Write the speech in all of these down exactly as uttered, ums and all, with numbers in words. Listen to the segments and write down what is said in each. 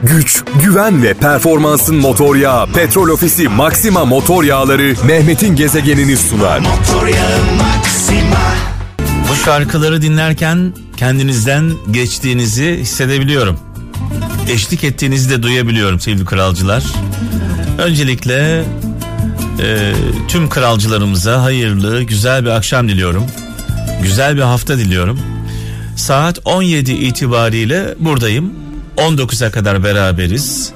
güç, güven ve performansın motor yağı Petrol Ofisi Maxima motor yağları Mehmet'in gezegenini sunar. Motor yağı Maxima. Bu şarkıları dinlerken kendinizden geçtiğinizi hissedebiliyorum. Eşlik ettiğinizi de duyabiliyorum sevgili kralcılar. Öncelikle e, tüm kralcılarımıza hayırlı, güzel bir akşam diliyorum. Güzel bir hafta diliyorum. Saat on yedi itibariyle buradayım. on dokuza kadar beraberiz.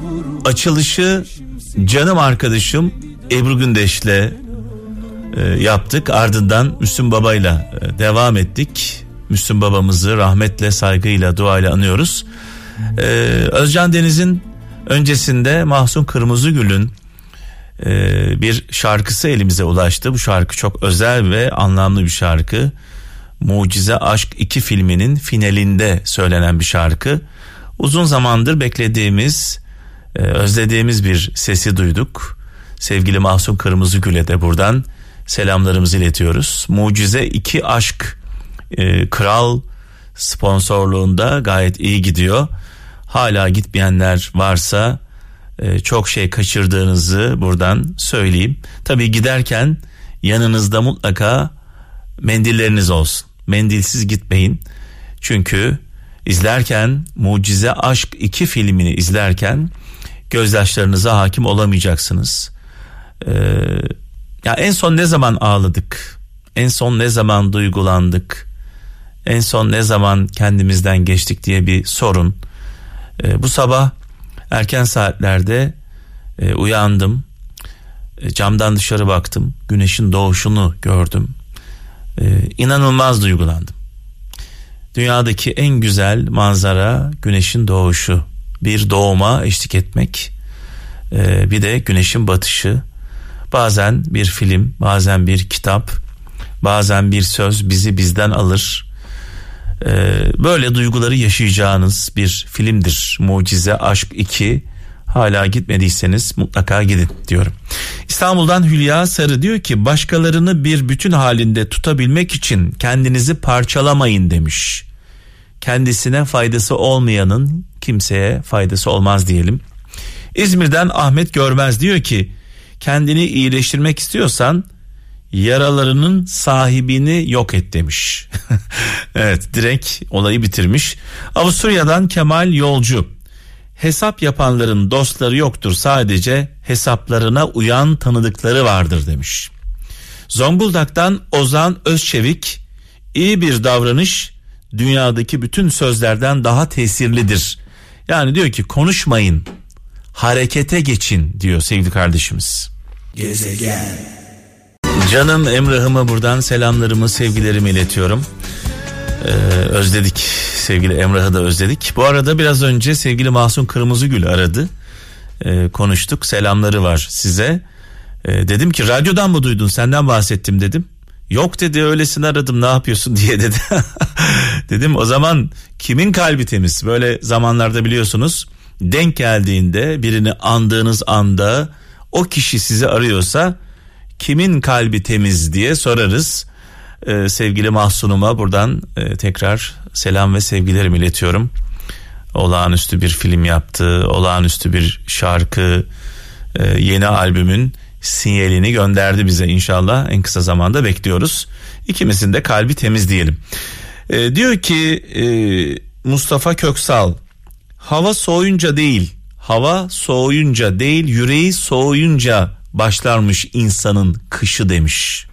Açılışı canım arkadaşım Ebru Gündeş'le e, yaptık. Ardından Müslüm Baba'yla e, devam ettik. Müslüm Babamızı rahmetle, saygıyla, duayla anıyoruz. E, Özcan Deniz'in öncesinde Mahsun Kırmızıgül'ün e, bir şarkısı elimize ulaştı. Bu şarkı çok özel ve anlamlı bir şarkı. Mucize Aşk iki filminin finalinde söylenen bir şarkı. Uzun zamandır beklediğimiz, özlediğimiz bir sesi duyduk. Sevgili Mahsun Kırmızıgül'e de buradan selamlarımızı iletiyoruz. Mucize iki Aşk e, Kral sponsorluğunda gayet iyi gidiyor. Hala gitmeyenler varsa e, çok şey kaçırdığınızı buradan söyleyeyim. Tabii giderken yanınızda mutlaka mendilleriniz olsun. Mendilsiz gitmeyin. Çünkü izlerken Mucize Aşk iki filmini izlerken gözyaşlarınıza hakim olamayacaksınız. Ee, ya en son ne zaman ağladık? En son ne zaman duygulandık? En son ne zaman kendimizden geçtik diye bir sorun. Ee, bu sabah erken saatlerde e, uyandım. E, camdan dışarı baktım. Güneşin doğuşunu gördüm. E, inanılmaz duygulandım. Dünyadaki en güzel manzara güneşin doğuşu. Bir doğuma eşlik etmek, ee, bir de güneşin batışı. Bazen bir film, bazen bir kitap, bazen bir söz bizi bizden alır. Ee, böyle duyguları yaşayacağınız bir filmdir Mucize Aşk iki. Hala gitmediyseniz mutlaka gidin diyorum. İstanbul'dan Hülya Sarı diyor ki başkalarını bir bütün halinde tutabilmek için kendinizi parçalamayın demiş. Kendisine faydası olmayanın kimseye faydası olmaz diyelim. İzmir'den Ahmet Görmez diyor ki kendini iyileştirmek istiyorsan yaralarının sahibini yok et demiş. Evet, direkt olayı bitirmiş. Avusturya'dan Kemal Yolcu. Hesap yapanların dostları yoktur, sadece hesaplarına uyan tanıdıkları vardır demiş. Zonguldak'tan Ozan Özçevik, iyi bir davranış dünyadaki bütün sözlerden daha tesirlidir. Yani diyor ki konuşmayın, harekete geçin diyor sevgili kardeşimiz. Gezegen. Canım Emrah'ıma buradan selamlarımı, sevgilerimi iletiyorum. Ee, özledik, sevgili Emrah'ı da özledik. Bu arada biraz önce sevgili Mahsun Kırmızıgül aradı. Ee, konuştuk, selamları var size. Ee, dedim ki radyodan mı duydun, senden bahsettim dedim. Yok dedi, öylesine aradım, ne yapıyorsun diye dedi. Dedim o zaman kimin kalbi temiz? Böyle zamanlarda biliyorsunuz denk geldiğinde, birini andığınız anda o kişi sizi arıyorsa kimin kalbi temiz diye sorarız. Ee, sevgili Mahsun'uma buradan e, tekrar selam ve sevgilerimi iletiyorum. Olağanüstü bir film yaptı, olağanüstü bir şarkı, e, yeni albümün sinyalini gönderdi bize, inşallah en kısa zamanda bekliyoruz. İkimizin de kalbi temiz diyelim. E, diyor ki e, Mustafa Köksal, hava soğuyunca değil, hava soğuyunca değil, yüreği soğuyunca başlarmış insanın kışı demiş.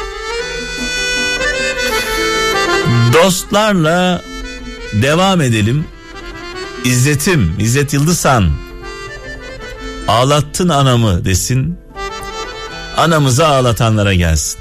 Dostlarla devam edelim. İzzet'im, İzzet Yıldızhan, ağlattın anamı desin. Anamızı ağlatanlara gelsin.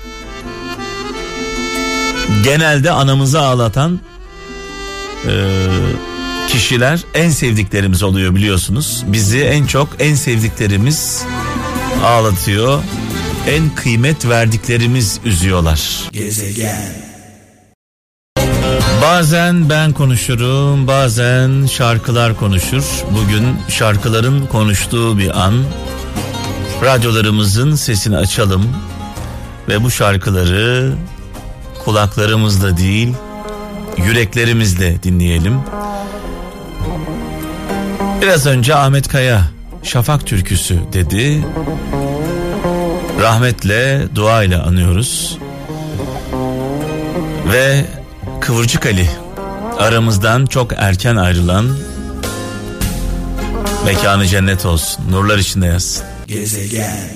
Genelde anamızı ağlatan e, kişiler en sevdiklerimiz oluyor biliyorsunuz. Bizi en çok en sevdiklerimiz ağlatıyor. En kıymet verdiklerimiz üzüyorlar. Gezegen. Bazen ben konuşurum, bazen şarkılar konuşur. Bugün şarkıların konuştuğu bir an. Radyolarımızın sesini açalım ve bu şarkıları kulaklarımızla değil, yüreklerimizle dinleyelim. Biraz önce Ahmet Kaya Şafak türküsü dedi. Rahmetle, duayla anıyoruz. Ve Kıvırcık Ali, aramızdan çok erken ayrılan, mekanı cennet olsun, nurlar içinde yatsın. Gezegen.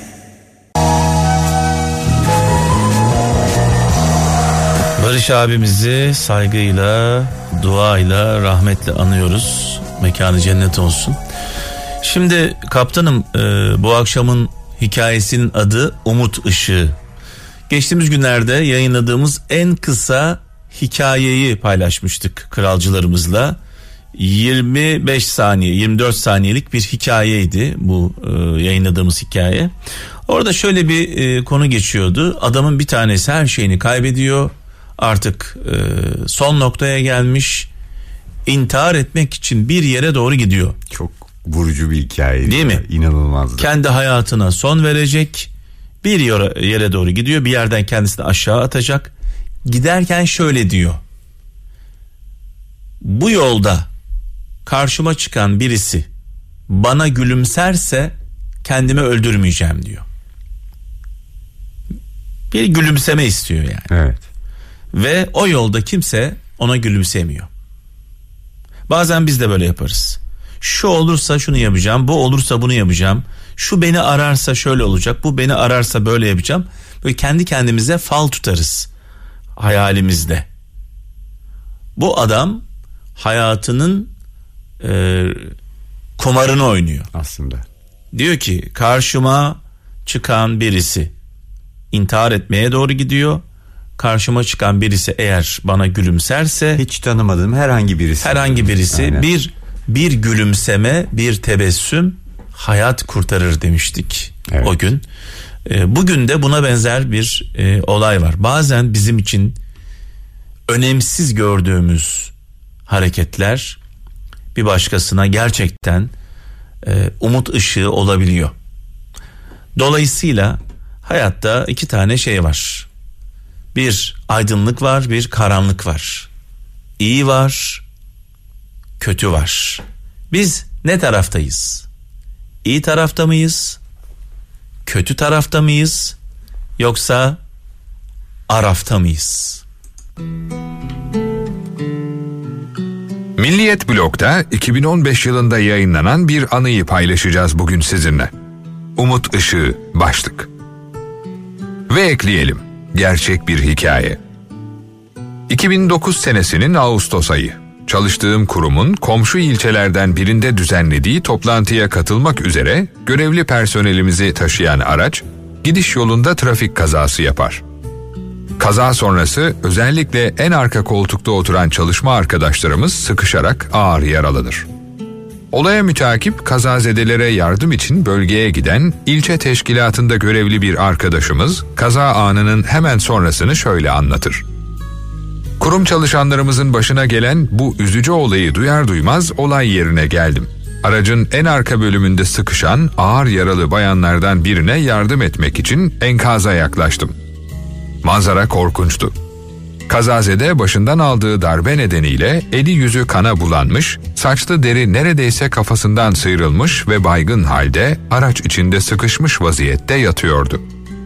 Barış abimizi saygıyla, duayla, rahmetle anıyoruz. Mekanı cennet olsun. Şimdi kaptanım, e, bu akşamın hikayesinin adı Umut Işığı. Geçtiğimiz günlerde yayınladığımız en kısa hikayeyi paylaşmıştık kralcılarımızla. yirmi beş saniye, yirmi dört saniyelik bir hikayeydi bu e, yayınladığımız hikaye. Orada şöyle bir e, konu geçiyordu. Adamın bir tanesi her şeyini kaybediyor. Artık e, son noktaya gelmiş. İntihar etmek için bir yere doğru gidiyor. Çok vurucu bir hikaye. Değil mi? İnanılmazdı. Kendi hayatına son verecek. Bir yere doğru gidiyor. Bir yerden kendisini aşağı atacak. Giderken şöyle diyor. Bu yolda karşıma çıkan birisi bana gülümserse kendimi öldürmeyeceğim diyor. Bir gülümseme istiyor yani. Evet. Ve o yolda kimse ona gülümsemiyor. Bazen biz de böyle yaparız. Şu olursa şunu yapacağım, bu olursa bunu yapacağım. Şu beni ararsa şöyle olacak, bu beni ararsa böyle yapacağım. Böyle kendi kendimize fal tutarız hayalimizde. Bu adam hayatının e, kumarını oynuyor. Aslında. Diyor ki karşıma çıkan birisi intihar etmeye doğru gidiyor. Karşıma çıkan birisi eğer bana gülümserse, hiç tanımadığım herhangi birisi. Herhangi birisi Aynen. bir bir gülümseme, bir tebessüm hayat kurtarır demiştik evet. O gün. E, bugün de buna benzer bir e, olay var. Bazen bizim için önemsiz gördüğümüz hareketler bir başkasına gerçekten e, umut ışığı olabiliyor. Dolayısıyla hayatta iki tane şey var. Bir aydınlık var, bir karanlık var. İyi var, kötü var. Biz ne taraftayız? İyi tarafta mıyız? Kötü tarafta mıyız? Yoksa arafta mıyız? Milliyet Blog'da iki bin on beş yılında yayınlanan bir anıyı paylaşacağız bugün sizinle. Umut Işığı başlık. Ve ekleyelim, gerçek bir hikaye. iki bin dokuz senesinin Ağustos ayı. Çalıştığım kurumun komşu ilçelerden birinde düzenlediği toplantıya katılmak üzere görevli personelimizi taşıyan araç gidiş yolunda trafik kazası yapar. Kaza sonrası özellikle en arka koltukta oturan çalışma arkadaşlarımız sıkışarak ağır yaralanır. Olaya mütakip kazazedelere yardım için bölgeye giden ilçe teşkilatında görevli bir arkadaşımız kaza anının hemen sonrasını şöyle anlatır. Kurum çalışanlarımızın başına gelen bu üzücü olayı duyar duymaz olay yerine geldim. Aracın en arka bölümünde sıkışan ağır yaralı bayanlardan birine yardım etmek için enkaza yaklaştım. Manzara korkunçtu. Kazazede başından aldığı darbe nedeniyle eli yüzü kana bulanmış, saçlı deri neredeyse kafasından sıyrılmış ve baygın halde araç içinde sıkışmış vaziyette yatıyordu.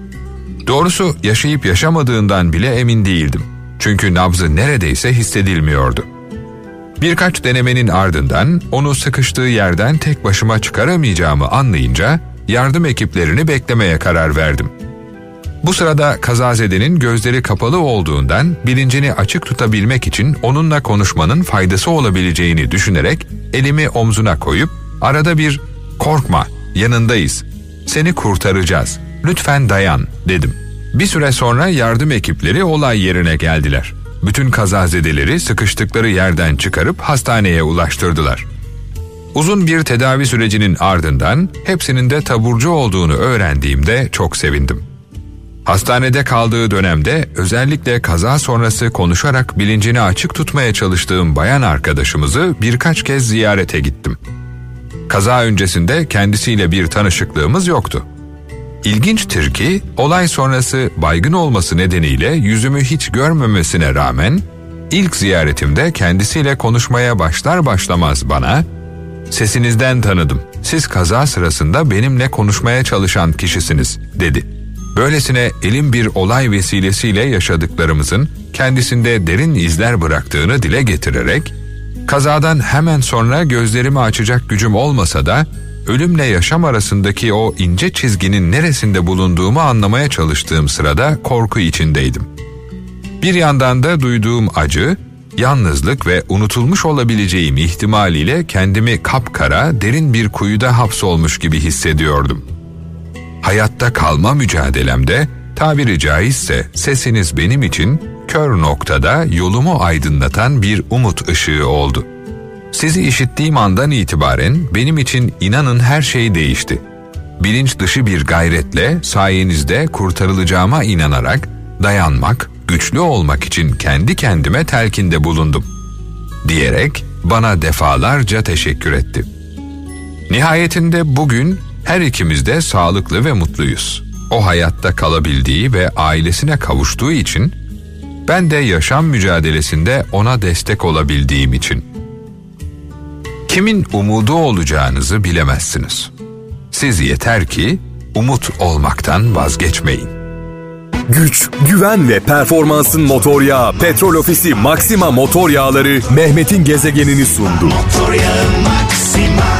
Doğrusu yaşayıp yaşamadığından bile emin değildim. Çünkü nabzı neredeyse hissedilmiyordu. Birkaç denemenin ardından onu sıkıştığı yerden tek başıma çıkaramayacağımı anlayınca yardım ekiplerini beklemeye karar verdim. Bu sırada kazazedenin gözleri kapalı olduğundan bilincini açık tutabilmek için onunla konuşmanın faydası olabileceğini düşünerek elimi omzuna koyup arada bir "Korkma, yanındayız, seni kurtaracağız, lütfen dayan" dedim. Bir süre sonra yardım ekipleri olay yerine geldiler. Bütün kazazedeleri sıkıştıkları yerden çıkarıp hastaneye ulaştırdılar. Uzun bir tedavi sürecinin ardından hepsinin de taburcu olduğunu öğrendiğimde çok sevindim. Hastanede kaldığı dönemde özellikle kaza sonrası konuşarak bilincini açık tutmaya çalıştığım bayan arkadaşımızı birkaç kez ziyarete gittim. Kaza öncesinde kendisiyle bir tanışıklığımız yoktu. İlginçtir ki olay sonrası baygın olması nedeniyle yüzümü hiç görmemesine rağmen ilk ziyaretimde kendisiyle konuşmaya başlar başlamaz bana Sesinizden tanıdım. Siz kaza sırasında benimle konuşmaya çalışan kişisiniz, dedi. Böylesine elin bir olay vesilesiyle yaşadıklarımızın kendisinde derin izler bıraktığını dile getirerek, kazadan hemen sonra gözlerimi açacak gücüm olmasa da ölümle yaşam arasındaki o ince çizginin neresinde bulunduğumu anlamaya çalıştığım sırada korku içindeydim. Bir yandan da duyduğum acı, yalnızlık ve unutulmuş olabileceğim ihtimaliyle kendimi kapkara, derin bir kuyuda hapsolmuş gibi hissediyordum. Hayatta kalma mücadelemde, tabiri caizse sesiniz benim için kör noktada yolumu aydınlatan bir umut ışığı oldu. Sizi işittiğim andan itibaren benim için inanın her şey değişti. Bilinç dışı bir gayretle sayenizde kurtarılacağıma inanarak dayanmak, güçlü olmak için kendi kendime telkinde bulundum, diyerek bana defalarca teşekkür etti. Nihayetinde bugün her ikimiz de sağlıklı ve mutluyuz. O hayatta kalabildiği ve ailesine kavuştuğu için, ben de yaşam mücadelesinde ona destek olabildiğim için. Kimin umudu olacağınızı bilemezsiniz. Siz yeter ki umut olmaktan vazgeçmeyin. Güç, güven ve performansın motor yağı Petrol Ofisi Maxima motor yağları Mehmet'in gezegenini sundu. Motor yağı Maxima.